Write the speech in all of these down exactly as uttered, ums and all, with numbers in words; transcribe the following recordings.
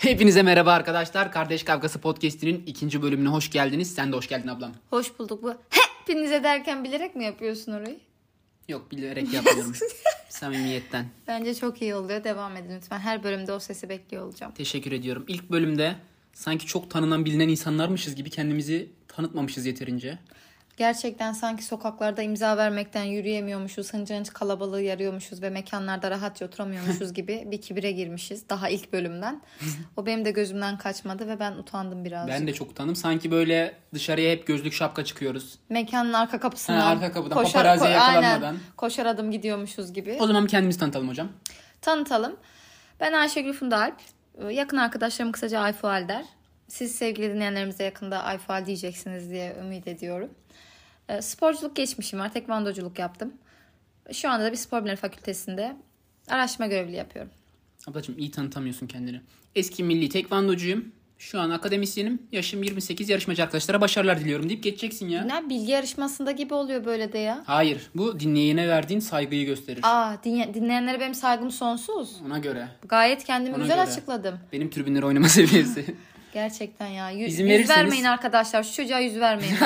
Hepinize merhaba arkadaşlar. Kardeş Kavgası Podcast'inin ikinci bölümüne hoş geldiniz. Sen de hoş geldin ablam. Hoş bulduk. Bu hepinize derken bilerek mi yapıyorsun orayı? Yok, bilerek yapmıyorum. Samimiyetten. Bence çok iyi oluyor. Devam edin lütfen. Her bölümde o sesi bekliyor olacağım. Teşekkür ediyorum. İlk bölümde sanki çok tanınan bilinen insanlarmışız gibi kendimizi tanıtmamışız yeterince. Gerçekten sanki sokaklarda imza vermekten yürüyemiyormuşuz, hınca hınç kalabalığı yarıyormuşuz ve mekanlarda rahatça oturamıyormuşuz gibi bir kibire girmişiz. Daha ilk bölümden. O benim de gözümden kaçmadı ve ben utandım birazcık. Ben de çok utandım. Sanki böyle dışarıya hep gözlük şapka çıkıyoruz. Mekanın arka kapısından. Ha, arka kapıdan paparaziye yakalanmadan. Aynen, koşar adım gidiyormuşuz gibi. O zaman kendimizi tanıtalım hocam. Tanıtalım. Ben Ayşegül Funda Alp. Yakın arkadaşlarım kısaca Ayfual der. Siz sevgili dinleyenlerimize yakında Ayfual diyeceksiniz diye ümit ediyorum. Sporculuk geçmişim var. Tekvandoculuk yaptım. Şu anda da bir spor bilimleri fakültesinde araştırma görevliliği yapıyorum. Ablacığım iyi tanıtamıyorsun kendini. Eski milli tekvandocuyum. Şu an akademisyenim. Yaşım yirmi sekiz. Yarışmacı arkadaşlara başarılar diliyorum deyip geçeceksin ya. Ne bilgi yarışmasında gibi oluyor böyle de ya. Hayır. Bu dinleyene verdiğin saygıyı gösterir. Aa, dinle- dinleyenlere benim saygım sonsuz. Ona göre. Gayet kendimi Ona güzel göre. açıkladım. Benim tribünlere oynama seviyesi. Gerçekten ya. Y- İzin yüz verirseniz... vermeyin arkadaşlar. Şu çocuğa yüz vermeyin.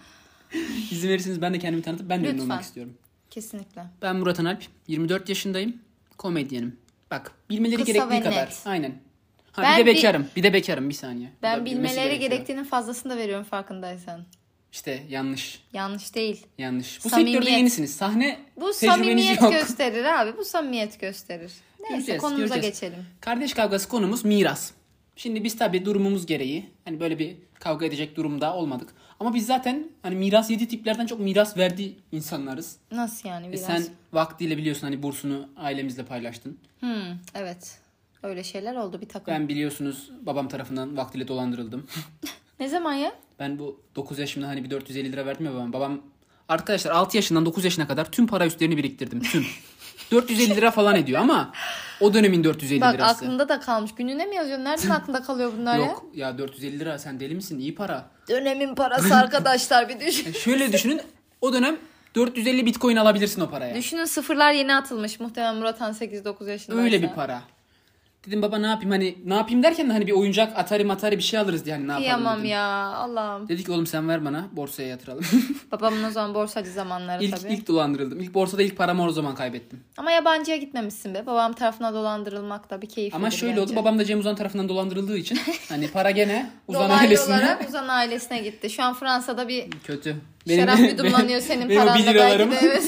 İzin verirseniz ben de kendimi tanıtıp ben de ünlü Lütfen. olmak istiyorum. Kesinlikle. Ben Murat Analp. yirmi dört yaşındayım. Komedyenim. Bak, bilmeleri Kısa gerektiği ve kadar. net. Aynen. Ha, Ben bir de bir- bekarım. Bir de bekarım bir saniye. Bu Ben da bilmesi bilmeleri gerekiyor. gerektiğinin fazlasını da veriyorum farkındaysan. İşte yanlış. Yanlış değil. Yanlış. Bu Samimiyet. sektörde yenisiniz. Sahne Bu tecrübeniz samimiyet yok. gösterir abi. Bu samimiyet gösterir. Neyse Göreceğiz, konumuza göreceğiz. geçelim. Kardeş kavgası konumuz miras. Şimdi biz tabii durumumuz gereği hani böyle bir kavga edecek durumda olmadık. Ama biz zaten hani miras yedi tiplerden çok miras verdiği insanlarız. Nasıl yani E biraz? sen vaktiyle biliyorsun hani bursunu ailemizle paylaştın. Hmm, evet. Öyle şeyler oldu bir takım. Ben biliyorsunuz babam tarafından vaktiyle dolandırıldım. Ne zaman ya? Ben bu dokuz yaşımda hani bir dört yüz elli lira verdim ya babam. Babam arkadaşlar altı yaşından dokuz yaşına kadar tüm para üstlerini biriktirdim. Tüm. dört yüz elli lira falan ediyor ama o dönemin dört yüz elli Bak lirası. aklında da kalmış. Gününe mi yazıyorsun? Nereden aklında kalıyor bunlar ya? Yok ya dört yüz elli lira sen deli misin? İyi para. Dönemin parası arkadaşlar bir düşün. Yani şöyle düşünün o dönem dört yüz elli bitcoin alabilirsin o paraya. Düşünün sıfırlar yeni atılmış. Muhtemelen Murat Han sekiz dokuz yaşındaysa. Öyle bir para. Dedim baba ne yapayım hani ne yapayım derken de hani bir oyuncak Atari Matari bir şey alırız diye hani ne yapalım Kıyamam dedim. ya Allah'ım. Dedi ki oğlum sen ver bana borsaya yatıralım. Babamın o zaman borsacı zamanları ilk, tabii. ilk dolandırıldım. İlk borsada ilk paramı o zaman kaybettim. Ama yabancıya gitmemişsin be. Babam tarafına dolandırılmak da bir keyiflidir Ama şöyle bence. oldu babam da Cem Uzan tarafından dolandırıldığı için hani para gene Uzan Dolaylı ailesine. olarak Uzan ailesine gitti. Şu an Fransa'da bir Kötü. şarap yudumlanıyor senin benim o bir paranla belki liralarım. de evet.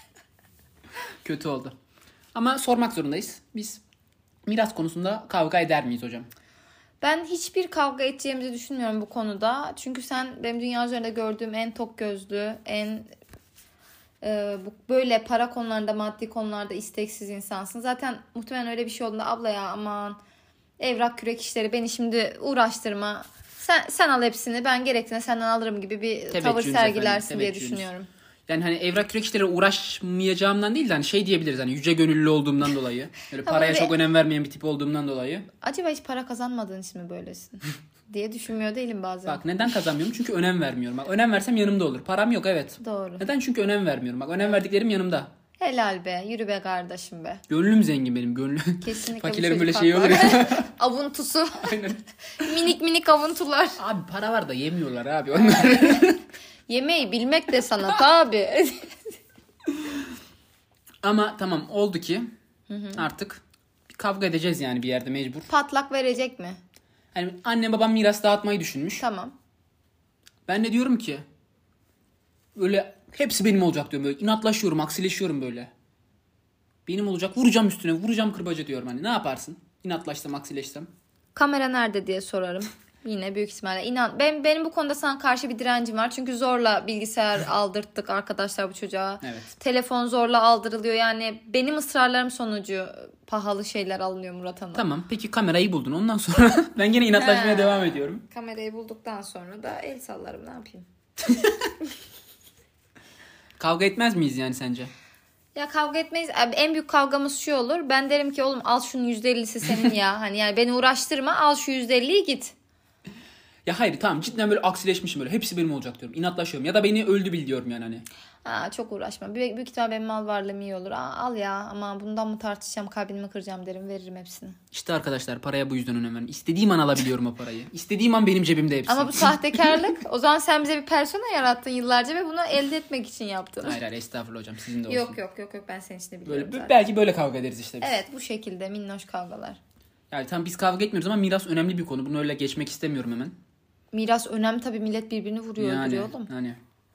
Kötü oldu. Ama sormak zorundayız. Biz miras konusunda kavga eder miyiz hocam? Ben hiçbir kavga edeceğimizi düşünmüyorum bu konuda. Çünkü sen benim dünya üzerinde gördüğüm en tok gözlü, en e, bu böyle para konularında, maddi konularda isteksiz insansın. Zaten muhtemelen öyle bir şey olduğunda abla ya aman evrak kürek işleri beni şimdi uğraştırma. Sen sen al hepsini ben gerektiğinde senden alırım gibi bir Teveccühünüz tavır sergilersin efendim, diye teveccühünüz. düşünüyorum. Yani hani evrak kürek işlere uğraşmayacağımdan değil de hani şey diyebiliriz hani yüce gönüllü olduğumdan dolayı. Böyle Tamam paraya ve- çok önem vermeyen bir tip olduğumdan dolayı. Acaba hiç para kazanmadığın için mi böylesin? diye düşünmüyor değilim bazen. Bak neden kazanmıyorum? Çünkü önem vermiyorum. Bak önem versem yanımda olur. Param yok evet. Doğru. Neden? Çünkü önem vermiyorum. Bak önem verdiklerim yanımda. Helal be. Yürü be kardeşim be. Gönlüm zengin benim gönlüm. Kesinlikle Fakirlerin bu böyle çocuk şeyi olur haklı. ya. Avuntusu. Aynen. minik minik avuntular. Abi para var da yemiyorlar abi onlar. Yemeği bilmek de sanat abi. Ama tamam oldu ki artık bir kavga edeceğiz yani bir yerde mecbur. Patlak verecek mi? Hani annem babam miras dağıtmayı düşünmüş. Tamam. Ben de diyorum ki böyle hepsi benim olacak diyorum böyle inatlaşıyorum aksileşiyorum böyle. Benim olacak vuracağım üstüne vuracağım kırbaca diyorum hani ne yaparsın? İnatlaşsam aksileşsem. Kamera nerede diye sorarım. Yine büyük ihtimalle. İnan ben benim bu konuda sana karşı bir direncim var. Çünkü zorla bilgisayar aldırttık arkadaşlar bu çocuğa. Evet. Telefon zorla aldırılıyor. Yani benim ısrarlarım sonucu pahalı şeyler alınıyor Murat Hanım. Tamam peki kamerayı buldun ondan sonra ben gene inatlaşmaya He. devam ediyorum. Kamerayı bulduktan sonra da el sallarım ne yapayım. Kavga etmez miyiz yani sence? Ya kavga etmeyiz. Abi en büyük kavgamız şu olur. Ben derim ki oğlum al şunun yüzde ellisi senin ya. Hani yani beni uğraştırma al şu yüzde elliyi git. Ya hayır tamam cidden böyle aksileşmişim böyle. Hepsi benim olacak diyorum. İnatlaşıyorum. Ya da beni öldü bil diyorum yani hani. Ha, çok uğraşma. Büyük, büyük ihtimal benim mal varlığım iyi olur. Aa, al ya ama bundan mı tartışacağım, kalbini mi kıracağım derim, veririm hepsini. İşte arkadaşlar paraya bu yüzden önem veriyorum. İstediğim an alabiliyorum o parayı. İstediğim an benim cebimde hepsi. Ama bu sahtekarlık. O zaman sen bize bir persona yarattın yıllarca ve bunu elde etmek için yaptın. Hayır hayır estağfurullah hocam sizin de olsun. Yok yok yok yok ben senin için de biliyorum Böyle, zaten. belki böyle kavga ederiz işte biz. Evet bu şekilde minnoş kavgalar. Yani tamam biz kavga etmiyoruz ama miras önemli bir konu. Bunu öyle geçmek istemiyorum hemen. Miras önemli tabii, millet birbirini vuruyor Yani, öldürüyor oğlum. yani.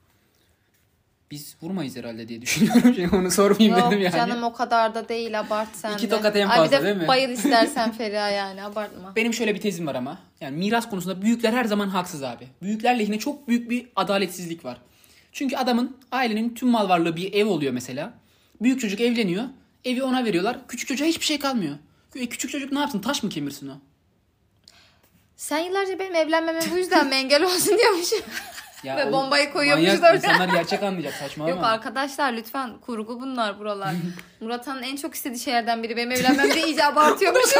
Biz vurmayız herhalde diye düşünüyorum. Şimdi onu sormayayım Yok dedim yani. canım o kadar da değil, abart sen İki de. tokat en Ay, fazla bir de değil mi? bayıl istersen Feriha yani abartma. Benim şöyle bir tezim var ama. Yani miras konusunda büyükler her zaman haksız abi. Büyükler lehine çok büyük bir adaletsizlik var. Çünkü adamın ailenin tüm mal varlığı bir ev oluyor mesela. Büyük çocuk evleniyor. Evi ona veriyorlar. Küçük çocuğa hiçbir şey kalmıyor. E, küçük çocuk ne yapsın? Taş mı kemirsin o? Sen yıllarca benim evlenmeme bu yüzden mi engel olsun diyormuşum. Ya Ve oğlum, bombayı koyuyormuşuz manyak oraya. insanlar gerçek anlayacak saçmalama. Yok arkadaşlar lütfen kurgu bunlar buralar. Murat Han'ın en çok istediği şeylerden biri benim evlenmem de iyice abartıyormuşum.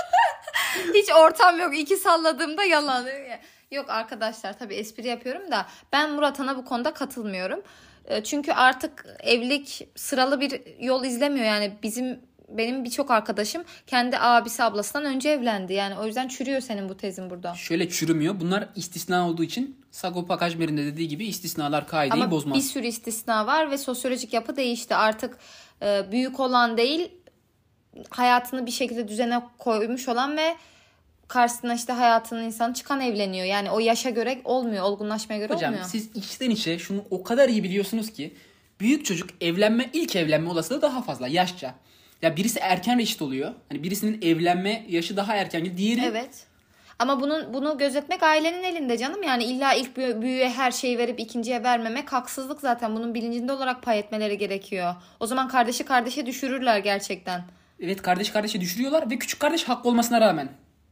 Hiç ortam yok. İki salladığımda yalan. Yok arkadaşlar tabii espri yapıyorum da ben Murat Han'a bu konuda katılmıyorum. Çünkü artık evlilik sıralı bir yol izlemiyor. Yani bizim benim birçok arkadaşım kendi abisi ablasından önce evlendi. Yani o yüzden çürüyor senin bu tezin burada. Şöyle çürümüyor. Bunlar istisna olduğu için Sagopa Kajmer'in de dediği gibi istisnalar kaideyi Ama bozmaz. bir sürü istisna var ve sosyolojik yapı değişti. Artık e, büyük olan değil, hayatını bir şekilde düzene koymuş olan ve karşısına işte hayatının insanı çıkan evleniyor. Yani o yaşa göre olmuyor, olgunlaşmaya göre Hocam olmuyor. siz içten içe şunu o kadar iyi biliyorsunuz ki büyük çocuk evlenme, ilk evlenme olasılığı daha fazla yaşça. Ya birisi erken reşit oluyor. Hani birisinin evlenme yaşı daha erken. Diğeri Evet. Ama bunun bunu gözetmek ailenin elinde canım. Yani illa ilk büyü- büyüğe her şeyi verip ikinciye vermemek haksızlık zaten. Bunun bilincinde olarak pay etmeleri gerekiyor. O zaman kardeşi kardeşe düşürürler gerçekten. evet kardeş kardeşe düşürüyorlar ve küçük kardeş haklı olmasına rağmen.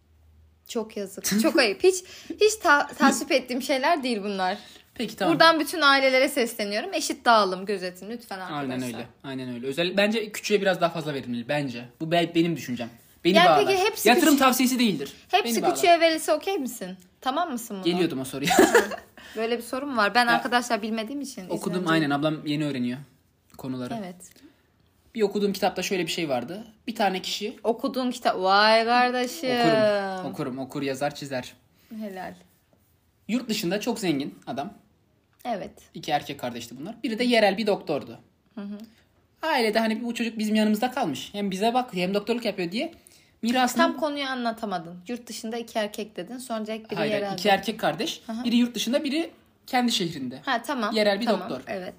Çok yazık. Çok ayıp. Hiç hiç ta- tasvip ettiğim şeyler değil bunlar. Peki tamam. Buradan bütün ailelere sesleniyorum. Eşit dağılım gözetin lütfen arkadaşlar. Aynen öyle. Aynen öyle. Özel bence küçüğe biraz daha fazla verilmeli bence. Bu be- benim düşüncem. Beni Yani bağlar. peki hepsi Yatırım küçük- tavsiyesi değildir. Hepsi Beni bağlar. küçüğe verilse okey misin? Tamam mısın buna? Geliyordum o soruya. Böyle bir sorun var. Ben Ya, arkadaşlar bilmediğim için. Okudum izleyince- aynen ablam yeni öğreniyor konuları. Evet. Bir okuduğum kitapta şöyle bir şey vardı. Bir tane kişi Okuduğun kitap. Vay kardeşim. okurum. Okurum, okur, yazar, çizer. Helal. Yurt dışında çok zengin adam. Evet. İki erkek kardeşti bunlar. Biri de yerel bir doktordu. Hı hı. Ailede hani bu çocuk bizim yanımızda kalmış. Hem bize bak hem doktorluk yapıyor diye mirasını... Tam konuyu anlatamadın. Yurt dışında iki erkek dedin. Sonra direkt biri Hayır, yerelde. iki erkek kardeş. Biri yurt dışında, biri kendi şehrinde. Ha tamam. Yerel bir tamam, doktor. Evet.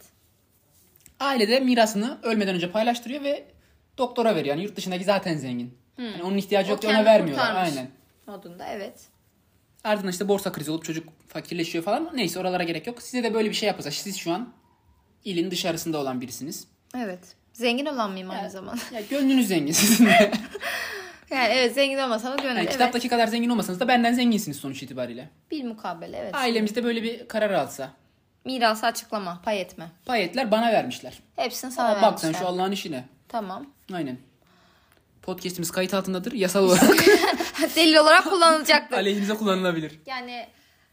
Ailede mirasını ölmeden önce paylaştırıyor ve doktora veriyor. Yani yurt dışındaki zaten zengin. Yani onun ihtiyacı O yok diye ona kendi vermiyorlar. kurtarmış. Aynen. Modunda evet. Ardından işte borsa krizi olup çocuk fakirleşiyor falan. Neyse oralara gerek yok. Size de böyle bir şey yapılsa. Siz şu an ilin dışarısında olan birisiniz. Evet. Zengin olan mıyım aynı zamanda? Ya gönlünüz zengin sizin de. Yani evet zengin olmasam da gönül. Yani Evet. kitaptaki kadar zengin olmasanız da benden zenginsiniz sonuç itibariyle. Bir mukabele evet. Ailemizde böyle bir karar alsa. Mirası açıklama. Pay etme. Payetler bana vermişler. Hepsini sana Aa, vermişler. bak sen şu Allah'ın işine. Tamam. Aynen. Podcast'imiz kayıt altındadır. Yasal olarak Delil olarak kullanılacaktır. aleyhinize kullanılabilir. Yani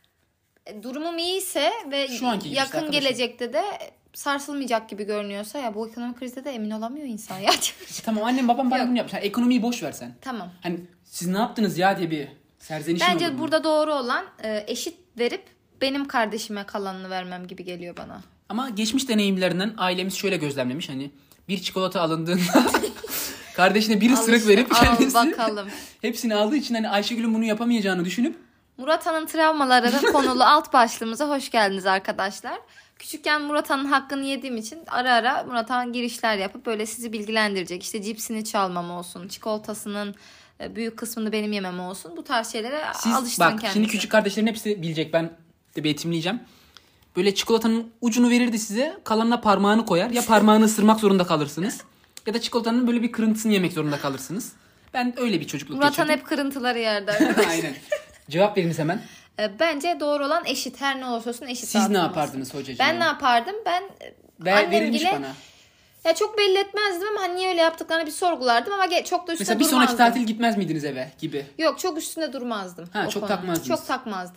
e, durumum iyiyse ve Şu anki gibi işte yakın arkadaşım. gelecekte de sarsılmayacak gibi görünüyorsa ya bu ekonomik krizde de emin olamıyor insan ya. Tamam annem babam bana Yok. bunu yapmış. Yani ekonomiyi boş versen. Tamam. Hani siz ne yaptınız ya diye bir serzenişin Bence olur mu? burada doğru olan e, eşit verip benim kardeşime kalanını vermem gibi geliyor bana. Ama geçmiş deneyimlerinden ailemiz şöyle gözlemlemiş. Hani bir çikolata alındığında kardeşine bir ısırık Al verip işte, al kendisi bakalım. hepsini aldığı için hani Ayşegül'ün bunu yapamayacağını düşünüp Murat Han'ın travmaları konulu alt başlığımıza hoş geldiniz arkadaşlar. Küçükken Murat Han'ın hakkını yediğim için ara ara Murat Han girişler yapıp böyle sizi bilgilendirecek. İşte cipsini çalmam olsun, çikolatasının e, büyük kısmını benim yemem olsun. Bu tarz şeylere siz alıştırın bak kendinizi. şimdi küçük kardeşlerin hepsi bilecek, ben de betimleyeceğim. Böyle çikolatanın ucunu verirdi size, kalanına parmağını koyar. Ya parmağını ısırmak zorunda kalırsınız ya da çikolatanın böyle bir kırıntısını yemek zorunda kalırsınız. Ben öyle bir çocukluk Murat Han geçirdim. hep kırıntıları yerde. Aynen. Cevap veriniz hemen. E, Bence doğru olan eşit. Her ne olursa olsun eşit. Siz ne dağıtılması. yapardınız hocacığım? Ben ne yapardım? Ben e, Ver, verilmiş annemgile- bana. Ya çok belli etmezdim ama hani niye öyle yaptıklarını bir sorgulardım ama ge- çok da üstüne Mesela bir durmazdım. sonraki tatil gitmez miydiniz eve gibi? Yok çok üstünde durmazdım. Ha, o çok konuda. takmazdınız. Çok takmazdım.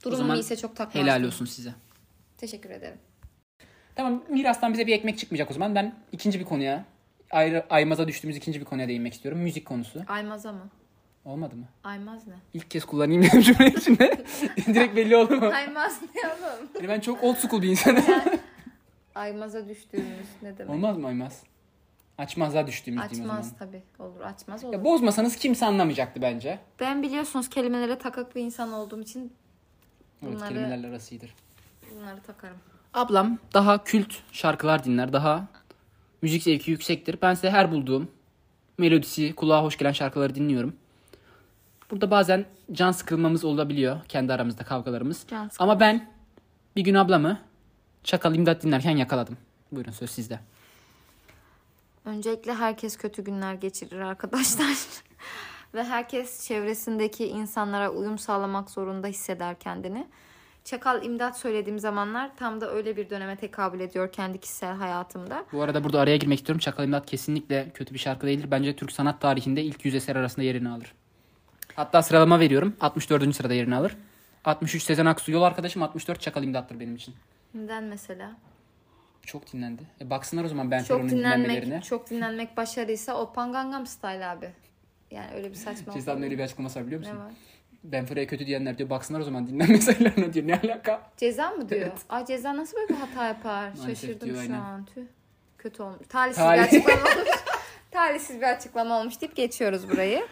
Durumum iyiyse çok takmazdım. Helal olsun size. Teşekkür ederim. Tamam, mirastan bize bir ekmek çıkmayacak o zaman. Ben ikinci bir konuya, ayrı aymaza düştüğümüz ikinci bir konuya değinmek istiyorum. Müzik konusu. Aymaza mı? Olmadı mı? Aymaz ne? İlk kez kullanayım dedim cümle içinde. Direkt belli oldu mu? Aymaz ne oğlum? Yani ben çok old school bir insanım. Aymaza düştüğümüz ne demek? Olmaz mı aymaz? Açmazlığa düştüğümüz diyeyim o zaman. Açmaz tabii. Olur açmaz olur. Ya bozmasanız kimse anlamayacaktı bence. Ben biliyorsunuz kelimelere takık bir insan olduğum için Evet, bunları, kelimelerle arasıdır. bunları takarım. Ablam daha kült şarkılar dinler. Daha müzik zevki yüksektir. Ben size her bulduğum melodisi, kulağa hoş gelen şarkıları dinliyorum. Burada bazen can sıkılmamız olabiliyor. Kendi aramızda kavgalarımız. Can Ama ben bir gün ablamı Çakal İmdat dinlerken yakaladım. Buyurun, söz sizde. Öncelikle herkes kötü günler geçirir arkadaşlar. Ve herkes çevresindeki insanlara uyum sağlamak zorunda hisseder kendini. Çakal İmdat söylediğim zamanlar tam da öyle bir döneme tekabül ediyor kendi kişisel hayatımda. Bu arada burada araya girmek istiyorum. Çakal İmdat kesinlikle kötü bir şarkı değildir. Bence Türk sanat tarihinde ilk yüz eser arasında yerini alır. Hatta sıralama veriyorum. altmış dördüncü sırada yerini alır. altmış üç Sezen Aksu yol arkadaşım, altmış dört Çakal İmdat'tır benim için. Neden mesela? Çok dinlendi. E baksınlar o zaman Ben Çok Fero'nun dinlenmelerine. dinlenmek, çok dinlenmek başarıysa Oppan Gangnam Style abi. Yani öyle bir saçma. Ceza'nın öyle bir açıklaması var biliyor musun? Ne var? Ben Fero'ya kötü diyenler diyor baksınlar o zaman dinlenme sayılarına diyor. Ne alaka? Ceza mı diyor? Evet. Ay Ceza nasıl böyle bir hata yapar? Maalesef Şaşırdım diyor, şu aynen. an. Tüh. Kötü olmuş. Talihsiz Talih- bir açıklama olmuş. Talihsiz bir açıklama olmuş deyip geçiyoruz burayı.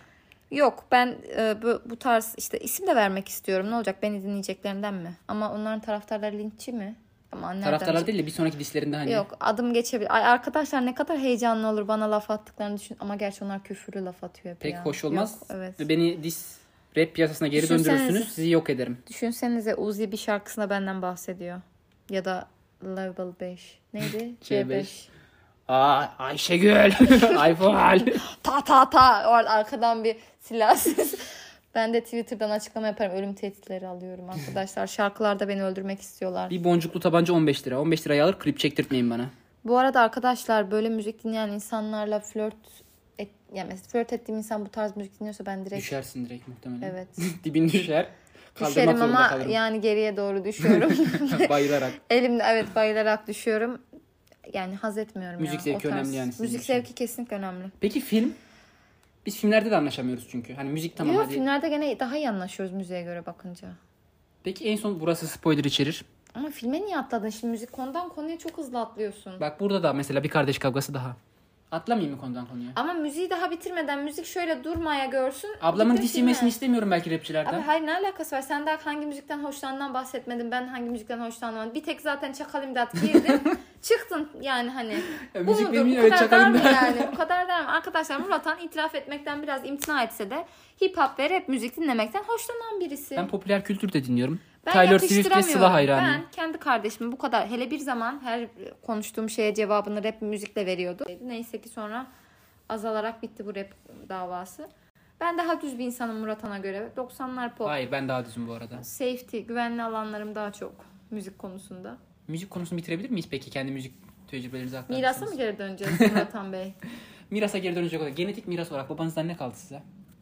Yok ben e, bu, bu tarz işte isim de vermek istiyorum. Ne olacak beni dinleyeceklerinden mi? Ama onların taraftarları linççi mi? Ama nereden Taraftarlar değil de bir sonraki dislerinde hani. Yok adım geçebilir. Ay arkadaşlar ne kadar heyecanlı olur bana laf attıklarını düşün. Ama gerçi onlar küfürlü laf atıyor hep Pek ya. hoş olmaz. Yok, evet. Ve beni dis rap piyasasına geri Düşünsenize. döndürürsünüz. Sizi yok ederim. Düşünsenize Uzi bir şarkısında benden bahsediyor. Ya da Level beş. Neydi? C beş. Aa Ayşegül. Ayfal. Ta ta ta. Or arkadan bir silahsız. Ben de Twitter'dan açıklama yaparım. Ölüm tehditleri alıyorum arkadaşlar. Şarkılarda beni öldürmek istiyorlar. Bir boncuklu tabanca on beş lira. on beş liraya alır, klip çektirtmeyin bana. Bu arada arkadaşlar böyle müzik dinleyen insanlarla flört et, yani mesela flört ettiğim insan bu tarz müzik dinliyorsa ben direkt Düşersin direkt muhtemelen. Evet. Dibin düşer. Kaldırmak düşerim zorunda ama kalırım. yani geriye doğru düşüyorum. Bayılarak. Elimde evet bayılarak düşüyorum. Yani haz etmiyorum Müzik ya. zevki o tarz. önemli yani sizin Müzik için. zevki kesinlikle önemli. Peki film? Biz filmlerde de anlaşamıyoruz çünkü. Hani müzik tamam Yok hadi. filmlerde gene daha iyi anlaşıyoruz müziğe göre bakınca. Peki en son burası spoiler içerir. Ama filme niye atladın? Şimdi müzik konudan konuya çok hızlı atlıyorsun. Bak burada da mesela bir kardeş kavgası daha. Atlamayayım mı konudan konuya? Ama müziği daha bitirmeden müzik şöyle durmaya görsün. Ablamın gittin diss yemesini filme. istemiyorum belki rapçilerden. Abi hayır ne alakası var? Sen daha hangi müzikten hoşlandığından bahsetmedin. Ben hangi müzikten hoşlanmadım. Bir tek zaten Çakal İmdat girdin. Çıktın yani hani. Ya Bu müzik mudur? benim Bu evet, kadar Çakal dar mı İmdat. yani? Bu kadar der mi? Arkadaşlar Murat Han itiraf etmekten biraz imtina etse de hip hop ve rap müzik dinlemekten hoşlanan birisi. Ben popüler kültür de dinliyorum. Ben Taylor Swift ve yakıştıramıyorum. Sıla hayranıyım. Ben kendi kardeşimi bu kadar hele bir zaman her konuştuğum şeye cevabını rap müzikle veriyordu. Neyse ki sonra azalarak bitti bu rap davası. Ben daha düz bir insanım Murat Han'a göre. doksanlar pop. Hayır ben daha düzüm bu arada. Safety, güvenli alanlarım daha çok müzik konusunda. Müzik konusunu bitirebilir miyiz peki? Kendi müzik tecrübelerinizi aktarır Mirasa mısınız? mı geri döneceğiz Murat Han Bey? Mirasa geri dönecek olarak. Genetik miras olarak babanızdan ne kaldı size?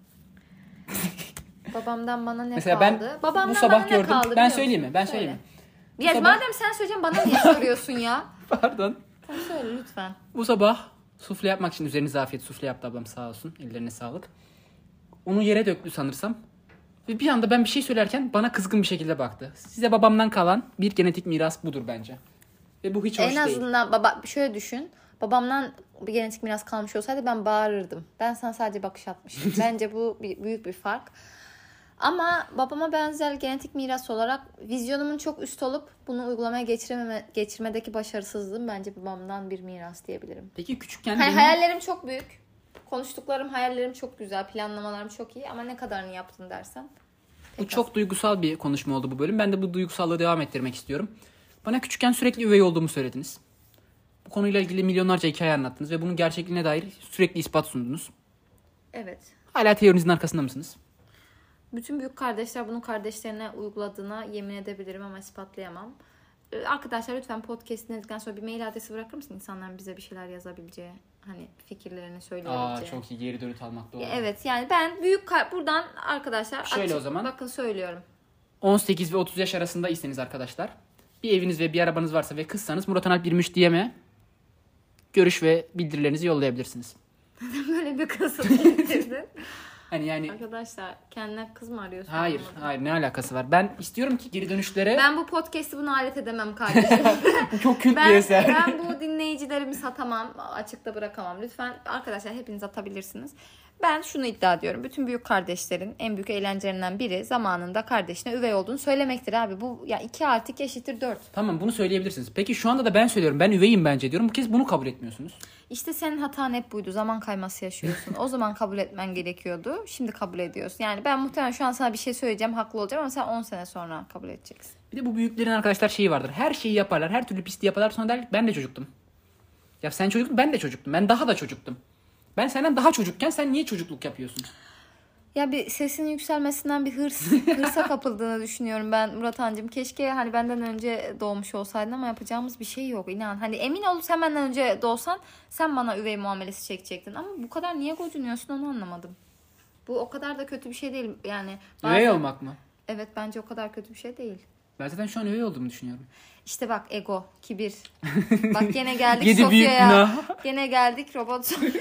Babamdan bana ne Mesela kaldı? ben Babamdan bu sabah bana ne gördüm. kaldı Ben biliyor söyleyeyim mi? musun? Ben Söyle. söyleyeyim mi? Ya sabah- madem sen söyleyeceksin bana niye soruyorsun ya? Pardon. Sen söyle lütfen. Bu sabah sufle yapmak için üzerinize afiyet sufle yaptı ablam sağ olsun. Ellerine sağlık. Onu yere döktü sanırsam. Ve bir anda ben bir şey söylerken bana kızgın bir şekilde baktı. Size babamdan kalan bir genetik miras budur bence. Ve bu hiç hoş En değil. azından baba şöyle düşün. Babamdan bir genetik miras kalmış olsaydı ben bağırırdım. Ben sana sadece bakış atmışım. Bence bu bir, büyük bir fark. Ama babama benzer genetik miras olarak vizyonumun çok üst olup bunu uygulamaya geçirememe, geçirmedeki başarısızlığım bence babamdan bir miras diyebilirim. Peki küçükken Hay- benim- hayallerim çok büyük. Konuştuklarım, hayallerim çok güzel. Planlamalarım çok iyi. Ama ne kadarını yaptın dersen. Bu çok duygusal bir konuşma oldu bu bölüm. Ben de bu duygusallığı devam ettirmek istiyorum. Bana küçükken sürekli üvey olduğumu söylediniz. Bu konuyla ilgili milyonlarca hikaye anlattınız ve bunun gerçekliğine dair sürekli ispat sundunuz. Evet. Hala teorinizin arkasında mısınız? Bütün büyük kardeşler bunu kardeşlerine uyguladığına yemin edebilirim ama ispatlayamam. Ee, Arkadaşlar lütfen podcast dinledikten sonra bir mail adresi bırakır mısın? İnsanların bize bir şeyler yazabileceği, hani fikirlerini Aa söyleyebileceği. çok iyi, geri dönüt almak doğru. Ya evet yani ben büyük kar- buradan arkadaşlar Şöyle açık- o zaman. bakın söylüyorum. on sekiz ve otuz yaş arasında iseniz arkadaşlar. Bir eviniz ve bir arabanız varsa ve kızsanız Murat Alp yirmi üç diyeme görüş ve bildirilerinizi yollayabilirsiniz. Böyle bir kızı getirdin. Hani yani Arkadaşlar kendine kız mı arıyorsun? hayır Anlamadım. hayır ne alakası var? Ben istiyorum ki geri dönüşlere Ben bu podcast'i buna alet edemem kardeşim. çok kült bir ben, eser. ben bu dinleyicilerimi satamam. Açıkta bırakamam. Lütfen arkadaşlar hepiniz atabilirsiniz. Ben şunu iddia ediyorum. Bütün büyük kardeşlerin en büyük eğlencelerinden biri zamanında kardeşine üvey olduğunu söylemektir abi. Bu ya iki artı iki eşittir dört. Tamam bunu söyleyebilirsiniz. Peki şu anda da ben söylüyorum. Ben üveyim bence diyorum. Bu kez bunu kabul etmiyorsunuz. İşte senin hatan hep buydu. Zaman kayması yaşıyorsun. O zaman kabul etmen gerekiyordu. Şimdi kabul ediyorsun. Yani ben muhtemelen şu an sana bir şey söyleyeceğim. Haklı olacağım ama sen on sene sonra kabul edeceksin. Bir de bu büyüklerin arkadaşlar şeyi vardır. Her şeyi yaparlar. Her türlü pisliği yaparlar. Sonra derler ki ben de çocuktum. Ya sen çocuktun ben de çocuktum. Ben daha da çocuktum. Ben senden daha çocukken sen niye çocukluk yapıyorsun? Ya bir sesinin yükselmesinden bir hırs, hırsa kapıldığını düşünüyorum ben Murat Hancığım. Keşke hani benden önce doğmuş olsaydın ama yapacağımız bir şey yok inan. Hani emin ol sen benden önce doğsan sen bana üvey muamelesi çekecektin. Ama bu kadar niye gocunuyorsun onu anlamadım. Bu o kadar da kötü bir şey değil yani. Bazen... Üvey olmak mı? Evet bence o kadar kötü bir şey değil. Ben zaten şu an üvey olduğumu düşünüyorum. İşte bak ego, kibir. Bak gene geldik Yedi büyük Sofya'ya. günah. Gene geldik robot Sofya.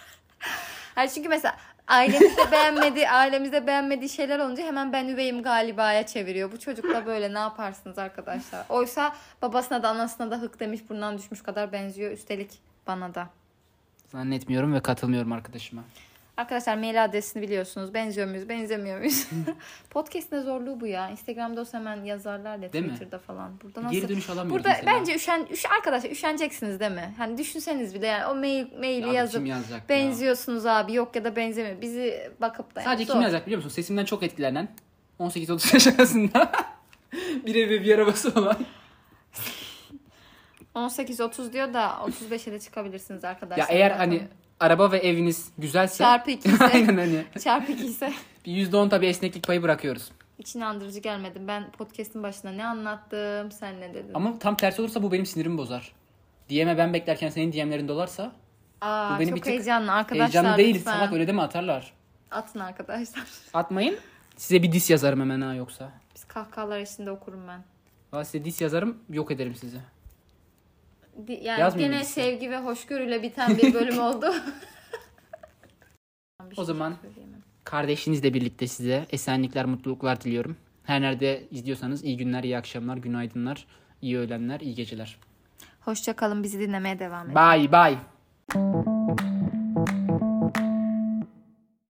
Hayır çünkü mesela ailemizde beğenmediği, ailemizde beğenmediği şeyler olunca hemen ben üveyim galibaya çeviriyor. Bu çocuk da böyle ne yaparsınız arkadaşlar? Oysa babasına da anasına da hık demiş bundan düşmüş kadar benziyor. Üstelik bana da. Zannetmiyorum ve katılmıyorum arkadaşıma. Arkadaşlar mail adresini biliyorsunuz. Benziyor muyuz, benzemiyor muyuz? Podcast'ın zorluğu bu ya. Instagram'da olsa hemen yazarlar ya Değil mi? Twitter'da falan. Burada nasıl? Geri dönüş alamıyoruz Burada mesela. bence üşen, üş, arkadaşlar üşeneceksiniz değil mi? Hani düşünseniz bile yani o mail maili Abi yazıp kim yazacak ya? benziyorsunuz abi yok ya da benzemiyor. Bizi bakıp da Sadece yani kim zor. yazacak biliyor musun? Sesimden çok etkilenen on sekiz otuz yaş arasında bir ev ve bir arabası olan. on sekiz otuz diyor da otuz beşe de çıkabilirsiniz arkadaşlar. Ya eğer Bakın. hani araba ve eviniz güzelse. Çarpı iki ise. Aynen hani. Çarpı iki ise. Bir yüzde on tabii esneklik payı bırakıyoruz. Hiç inandırıcı gelmedim. Ben podcast'ın başında ne anlattım sen ne dedin? Ama tam tersi olursa bu benim sinirimi bozar. D M'e ben beklerken senin D M'lerin dolarsa. Aa, bu beni çok bir tık heyecanlı arkadaşlar. heyecanlı değil. lütfen. Salak öyle deme atarlar. Atın arkadaşlar. Atmayın. Size bir dis yazarım hemen ha yoksa. Biz kahkahalar içinde okurum ben. Valla size dis yazarım yok ederim sizi. Di- Yani Yazmayayım gene liste. sevgi ve hoşgörüyle biten bir bölüm oldu. Bir O şey zaman söyleyemem. kardeşinizle birlikte size esenlikler, mutluluklar diliyorum. Her nerede izliyorsanız iyi günler, iyi akşamlar, günaydınlar, iyi öğlenler, iyi geceler. Hoşça kalın bizi dinlemeye devam edin. Bye bye.